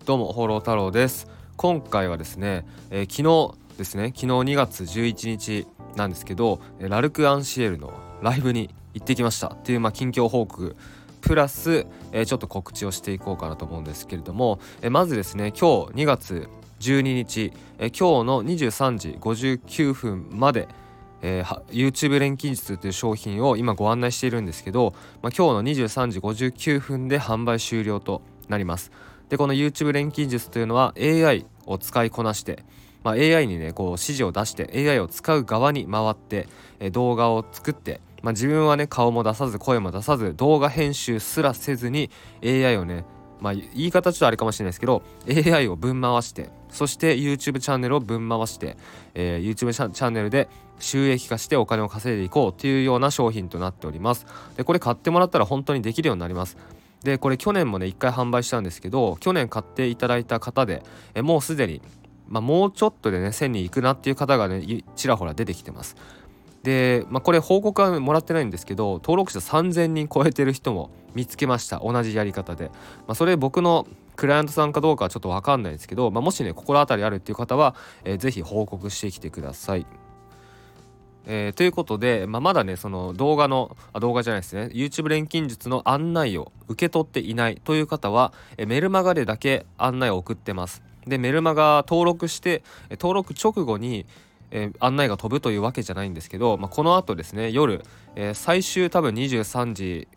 どうも放浪太郎です。今回はですね、昨日2月11日なんですけど、ラルク・アンシエルのライブに行ってきましたっていう、近況報告プラス、ちょっと告知をしていこうかなと思うんですけれども、まずですね、今日2月12日、今日の23時59分までYouTube 錬金術という商品を今ご案内しているんですけど、今日の23時59分で販売終了となります。でこの YouTube 錬金術というのは AI を使いこなして、AI にねこう指示を出して AI を使う側に回って、動画を作って、自分はね顔も出さず声も出さず動画編集すらせずに AI をね言い方ちょっとあれかもしれないですけど AI をぶん回して、そして YouTube チャンネルをぶん回して、YouTube チャンネルで収益化してお金を稼いでいこうというような商品となっております。でこれ買ってもらったら本当にできるようになります。でこれ去年もね1回販売したんですけど、去年買っていただいた方でもうすでに、もうちょっとでね1000人いくなっていう方がねちらほら出てきてます。で、これ報告はもらってないんですけど、登録者3000人超えてる人も見つけました、同じやり方で。それ僕のクライアントさんかどうかはちょっと分かんないんですけど、もしね心当たりあるっていう方は、ぜひ報告してきてください。ということで、まだねその動画じゃないですね、 YouTube 錬金術の案内を受け取っていないという方は、メルマガでだけ案内を送ってます。でメルマガ登録して登録直後に、案内が飛ぶというわけじゃないんですけど、この後ですね夜、最終多分23時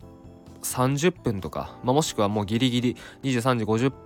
30分とか、もしくはもうギリギリ23時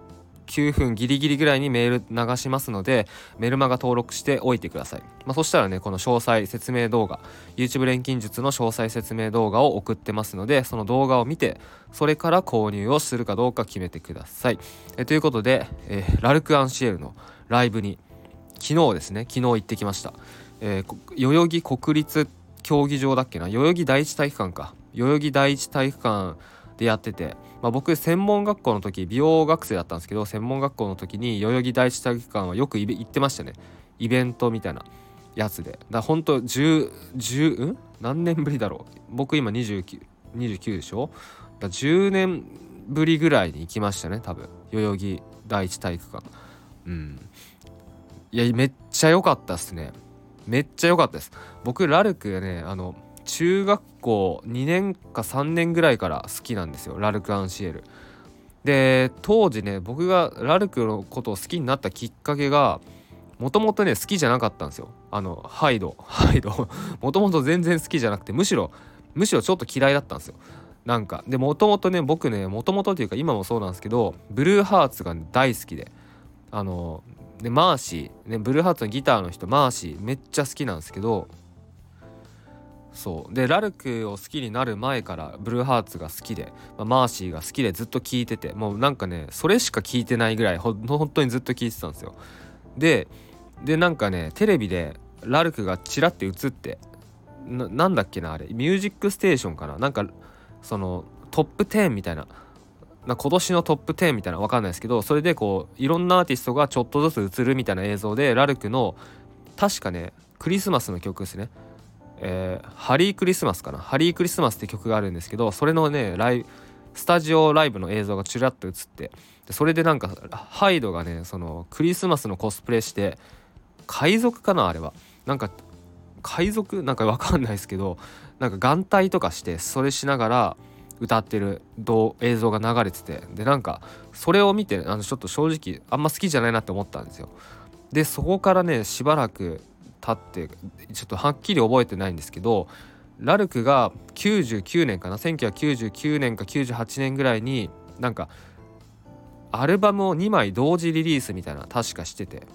59分ギリギリぐらいにメール流しますので、メルマガ登録しておいてください。そしたらねこの詳細説明動画 YouTube 錬金術の詳細説明動画を送ってますので、その動画を見てそれから購入をするかどうか決めてください。ということで、ラルク・アンシエルのライブに昨日行ってきました。代々木国立競技場だっけな、代々木第一体育館か、代々木第一体育館でやってて、僕専門学校の時美容学生だったんですけど、専門学校の時に代々木第一体育館はよく行ってましたね、イベントみたいなやつで。ほんと何年ぶりだろう、僕今29でしょ、10年ぶりぐらいに行きましたね多分、代々木第一体育館。いやめっちゃ良かったっすね、めっちゃ良かったです。僕ラルクね中学校2年か3年ぐらいから好きなんですよ、ラルク・アンシエルで。当時ね僕がラルクのことを好きになったきっかけが、もともとね好きじゃなかったんですよ。ハイドもともと全然好きじゃなくて、むしろちょっと嫌いだったんですよ。でもともとね僕ねもともとというか今もそうなんですけど、ブルーハーツが大好きで、でマーシーね、ブルーハーツのギターの人マーシーめっちゃ好きなんですけど、そうでラルクを好きになる前からブルーハーツが好きで、マーシーが好きでずっと聴いてて、もうそれしか聴いてないぐらい本当にずっと聴いてたんですよ。でテレビでラルクがチラッて映って、なんだっけなあれ、ミュージックステーションかな、そのトップ10みたいな、今年のトップ10みたいな、わかんないですけど、それでこういろんなアーティストがちょっとずつ映るみたいな映像で、ラルクの確かねクリスマスの曲ですね、ハリークリスマスかな、ハリークリスマスって曲があるんですけど、それのねスタジオライブの映像がちらっと映って、でそれでハイドがねそのクリスマスのコスプレして、海賊かなあれは、海賊わかんないですけど、眼帯とかしてそれしながら歌ってる映像が流れてて、でそれを見てちょっと正直あんま好きじゃないなって思ったんですよ。でそこからねしばらく経ってちょっとはっきり覚えてないんですけど、ラルクが99年かな、1999年か98年ぐらいにアルバムを2枚同時リリースみたいな確かしてて、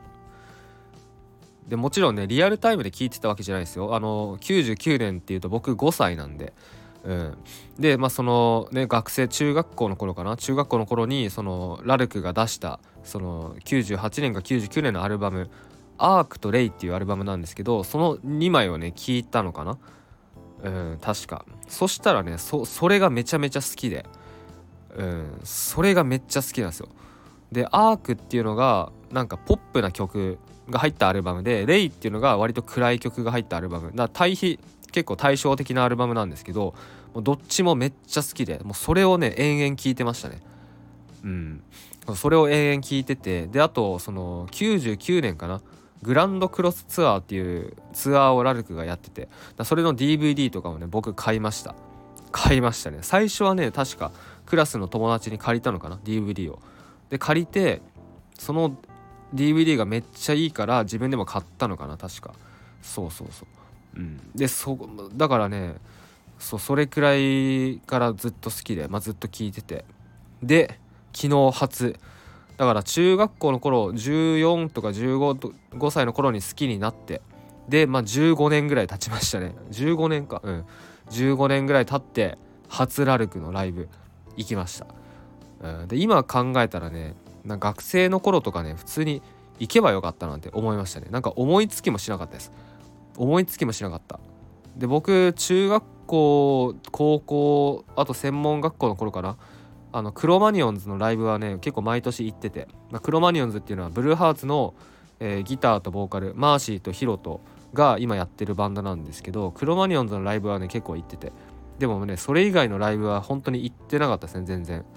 でもちろんねリアルタイムで聴いてたわけじゃないですよ。99年っていうと僕5歳なんで、でそのね中学校の頃にそのラルクが出したその98年か99年のアルバムアークとレイっていうアルバムなんですけど、その2枚をね聴いたのかな、確か。そしたらねそれがめちゃめちゃ好きで、それがめっちゃ好きなんですよ。でアークっていうのがポップな曲が入ったアルバムで、レイっていうのが割と暗い曲が入ったアルバム結構対照的なアルバムなんですけど、もうどっちもめっちゃ好きで、もうそれをね延々聴いてましたね。 それを延々聞いてて、であとその99年かな、グランドクロスツアーっていうツアーをラルクがやってて、それの DVD とかをね僕買いましたね。最初はね確かクラスの友達に借りたのかな、 DVD を。で借りて、その DVD がめっちゃいいから自分でも買ったのかな確か。そうそうそう、でだからね、それくらいからずっと好きで、ずっと聞いてて、で昨日初だから中学校の頃14とか15歳の頃に好きになって、で15年ぐらい経ちましたね。15年か、15年ぐらい経って初ラルクのライブ行きました。で今考えたらね、学生の頃とかね普通に行けばよかったなんて思いましたね。思いつきもしなかったです。で僕中学校高校あと専門学校の頃かな、クロマニオンズのライブはね結構毎年行ってて、クロマニオンズっていうのはブルーハーツの、ギターとボーカルマーシーとヒロトが今やってるバンドなんですけど、クロマニオンズのライブはね結構行ってて、でもねそれ以外のライブは本当に行ってなかったですね、全然。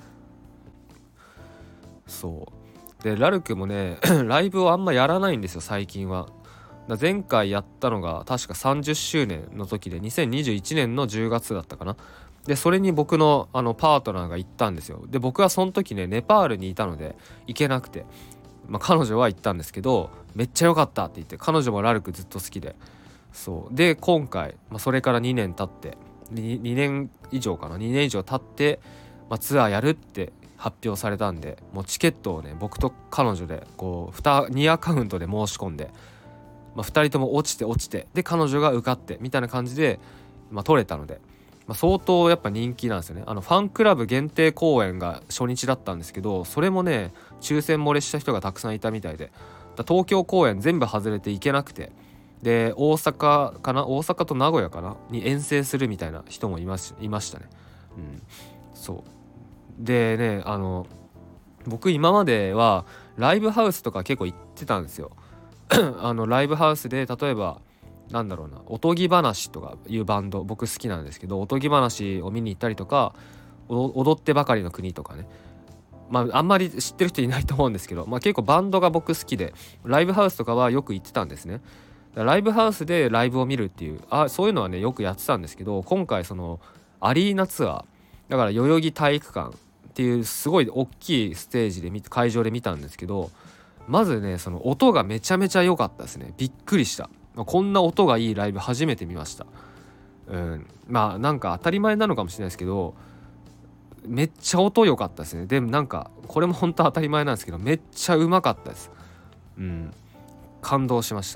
そうでラルクもねライブをあんまやらないんですよ最近は。前回やったのが確か30周年の時で2021年の10月だったかな。でそれに僕のパートナーが行ったんですよ。で僕はその時ねネパールにいたので行けなくて、彼女は行ったんですけど、めっちゃ良かったって言って、彼女もラルクずっと好きで、そうで今回、それから2年経って 2年以上かな、2年以上経って、ツアーやるって発表されたんで、もうチケットをね僕と彼女でこう2アカウントで申し込んで、2人とも落ちてで彼女が受かってみたいな感じで、取れたので、相当やっぱ人気なんですよね。ファンクラブ限定公演が初日だったんですけど、それもね抽選漏れした人がたくさんいたみたいで、東京公演全部外れて行けなくて、で大阪と名古屋かなに遠征するみたいな人もいましたね。そうでね、僕今まではライブハウスとか結構行ってたんですよ。ライブハウスで例えばおとぎ話とかいうバンド僕好きなんですけど、おとぎ話を見に行ったりとか、踊ってばかりの国とかね、あんまり知ってる人いないと思うんですけど、結構バンドが僕好きでライブハウスとかはよく行ってたんですね。ライブハウスでライブを見るっていうそういうのはねよくやってたんですけど、今回そのアリーナツアーだから代々木体育館っていうすごい大きいステージで会場で見たんですけど、まずねその音がめちゃめちゃ良かったですね。びっくりした。こんな音がいいライブ初めて見ました。当たり前なのかもしれないですけど、めっちゃ音良かったですね。でもこれも本当当たり前なんですけど、めっちゃうまかったです。感動しました。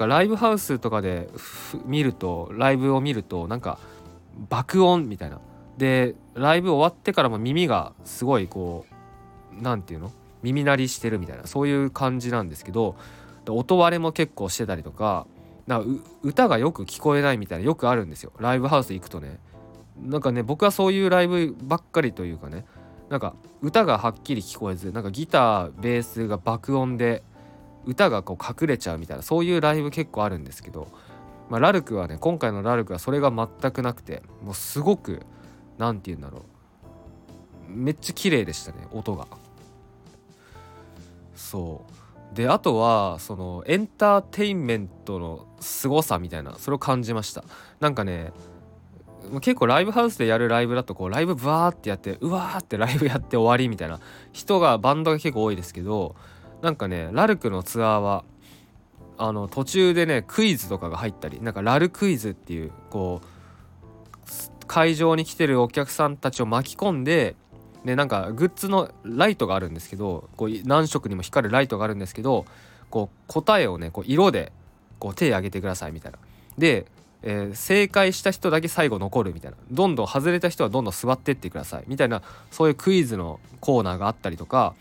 ライブハウスとかでライブを見ると爆音みたいなで、ライブ終わってからも耳がすごいこう耳鳴りしてるみたいな、そういう感じなんですけど、音割れも結構してたりとか、歌がよく聞こえないみたいなよくあるんですよ、ライブハウス行くとね。僕はそういうライブばっかりというかね、歌がはっきり聞こえず、ギターベースが爆音で歌がこう隠れちゃうみたいな、そういうライブ結構あるんですけど、ラルクはね、今回のラルクはそれが全くなくて、もうすごくめっちゃ綺麗でしたね、音が。そうで、あとはそのエンターテインメントの凄さみたいな、それを感じました。結構ライブハウスでやるライブだとこうライブバーってやってうわーってライブやって終わりみたいなバンドが結構多いですけど、ラルクのツアーは途中でねクイズとかが入ったり、ラルクイズっていうこう会場に来てるお客さんたちを巻き込んで、グッズのライトがあるんですけど、こう何色にも光るライトがあるんですけど、こう答えをねこう色でこう手を挙げてくださいみたいな。で、正解した人だけ最後残るみたいな、どんどん外れた人はどんどん座ってってくださいみたいな、そういうクイズのコーナーがあったりとか、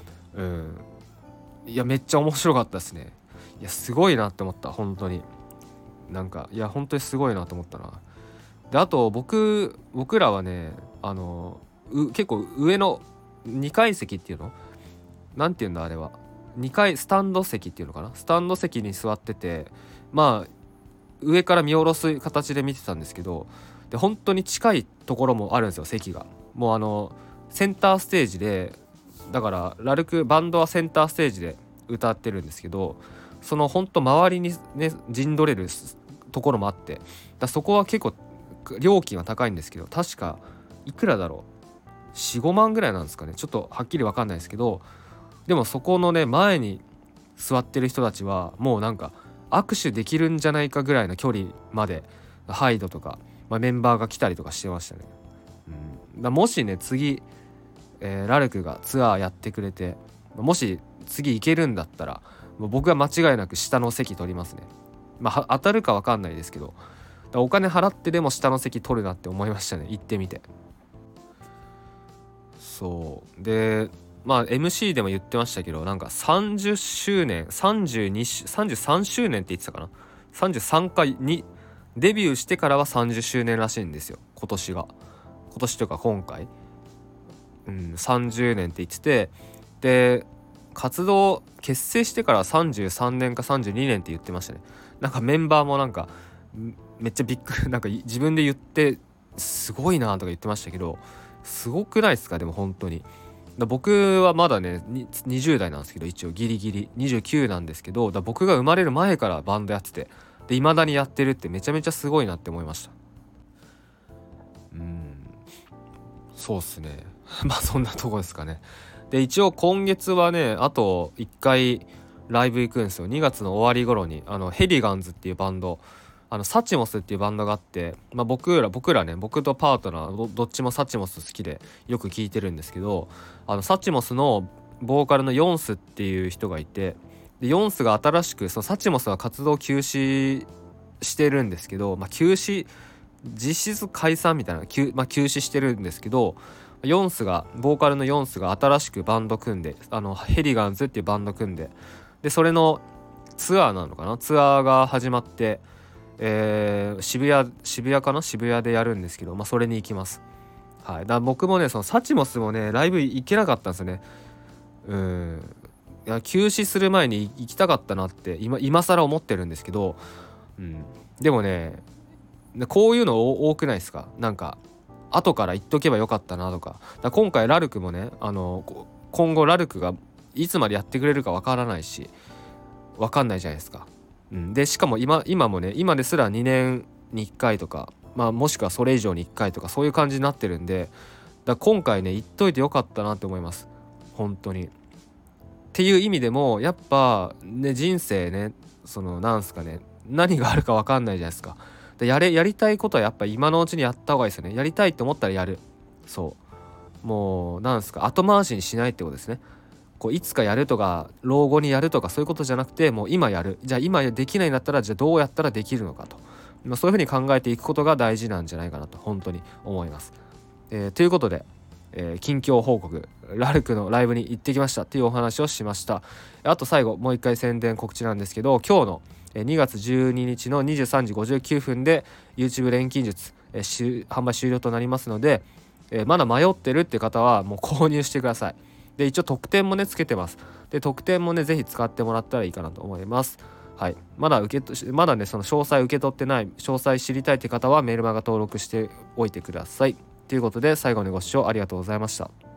いやめっちゃ面白かったですね。いやすごいなって思った、本当に。いや本当にすごいなと思ったな。であと僕らはね結構上の2階席っていうのなんていうんだあれは、2階スタンド席っていうのかな、スタンド席に座ってて、上から見下ろす形で見てたんですけど、で本当に近いところもあるんですよ、席が。もうセンターステージでだからラルクバンドはセンターステージで歌ってるんですけど、そのほんと周りにね陣取れるところもあって、そこは結構料金は高いんですけど、確かいくらだろう、4、5万ぐらいなんですかね、ちょっとはっきり分かんないですけど、でもそこのね前に座ってる人たちはもうなんか握手できるんじゃないかぐらいの距離までハイドとか、メンバーが来たりとかしてましたね。もしね次、ラルクがツアーやってくれて、もし次行けるんだったらもう僕は間違いなく下の席取りますね。当たるか分かんないですけど、お金払ってでも下の席取るなって思いましたね、行ってみて。そうでMC でも言ってましたけど、なんか30周年33周年って言ってたかな、33回にデビューしてからは30周年らしいんですよ、今年というか今回、30年って言ってて、で活動結成してから33年か32年って言ってましたね。なんかメンバーもなんかめっちゃびっくり、なんか自分で言ってすごいなとか言ってましたけど、すごくないですか？でも本当に僕はまだね20代なんですけど、一応ギリギリ29なんですけど、僕が生まれる前からバンドやってて、で未だにやってるってめちゃめちゃすごいなって思いました。そうっすねそんなとこですかね。で一応今月はねあと1回ライブ行くんですよ。2月の終わり頃にヘリガンズっていうバンド、サチモスっていうバンドがあって、僕らね、僕とパートナー どっちもサチモス好きでよく聴いてるんですけど、サチモスのボーカルのヨンスっていう人がいて、でヨンスが新しくそのサチモスは活動休止してるんですけど、休止実質解散みたいな休止してるんですけど、ボーカルのヨンスが新しくバンド組んで、ヘリガンズっていうバンド組んで、でそれのツアーなのかな、ツアーが始まって、渋谷でやるんですけど、それに行きます。はい、だから僕もねそのサチモスもねライブ行けなかったんですよね。いや休止する前に行きたかったなって今更思ってるんですけど、でもねこういうの多くないですか？なんか後から言っとけばよかったなとか。今回ラルクもね今後ラルクがいつまでやってくれるかわからないし、わかんないじゃないですか。でしかも今もね今ですら2年に1回とか、もしくはそれ以上に1回とかそういう感じになってるんで、今回ね言っといてよかったなって思います本当に。っていう意味でもやっぱね人生ねなんすかね、何があるかわかんないじゃないですか。やりたいことはやっぱ今のうちにやった方がいいですよね。やりたいと思ったらやる。そうもうなんすか後回しにしないってことですね。いつかやるとか老後にやるとかそういうことじゃなくて、もう今やる。じゃあ今できないんだったらじゃあどうやったらできるのかと、そういうふうに考えていくことが大事なんじゃないかなと本当に思います。ということで、近況報告、ラルクのライブに行ってきましたっていうお話をしました。あと最後もう一回宣伝告知なんですけど、今日の2月12日の23時59分で YouTube 錬金術、販売終了となりますので、まだ迷ってるって方はもう購入してください。で一応特典もねつけてます。で特典もねぜひ使ってもらったらいいかなと思います。はい、まだねその詳細受け取ってない、詳細知りたいって方はメルマガ登録しておいてください。ということで最後にご視聴ありがとうございました。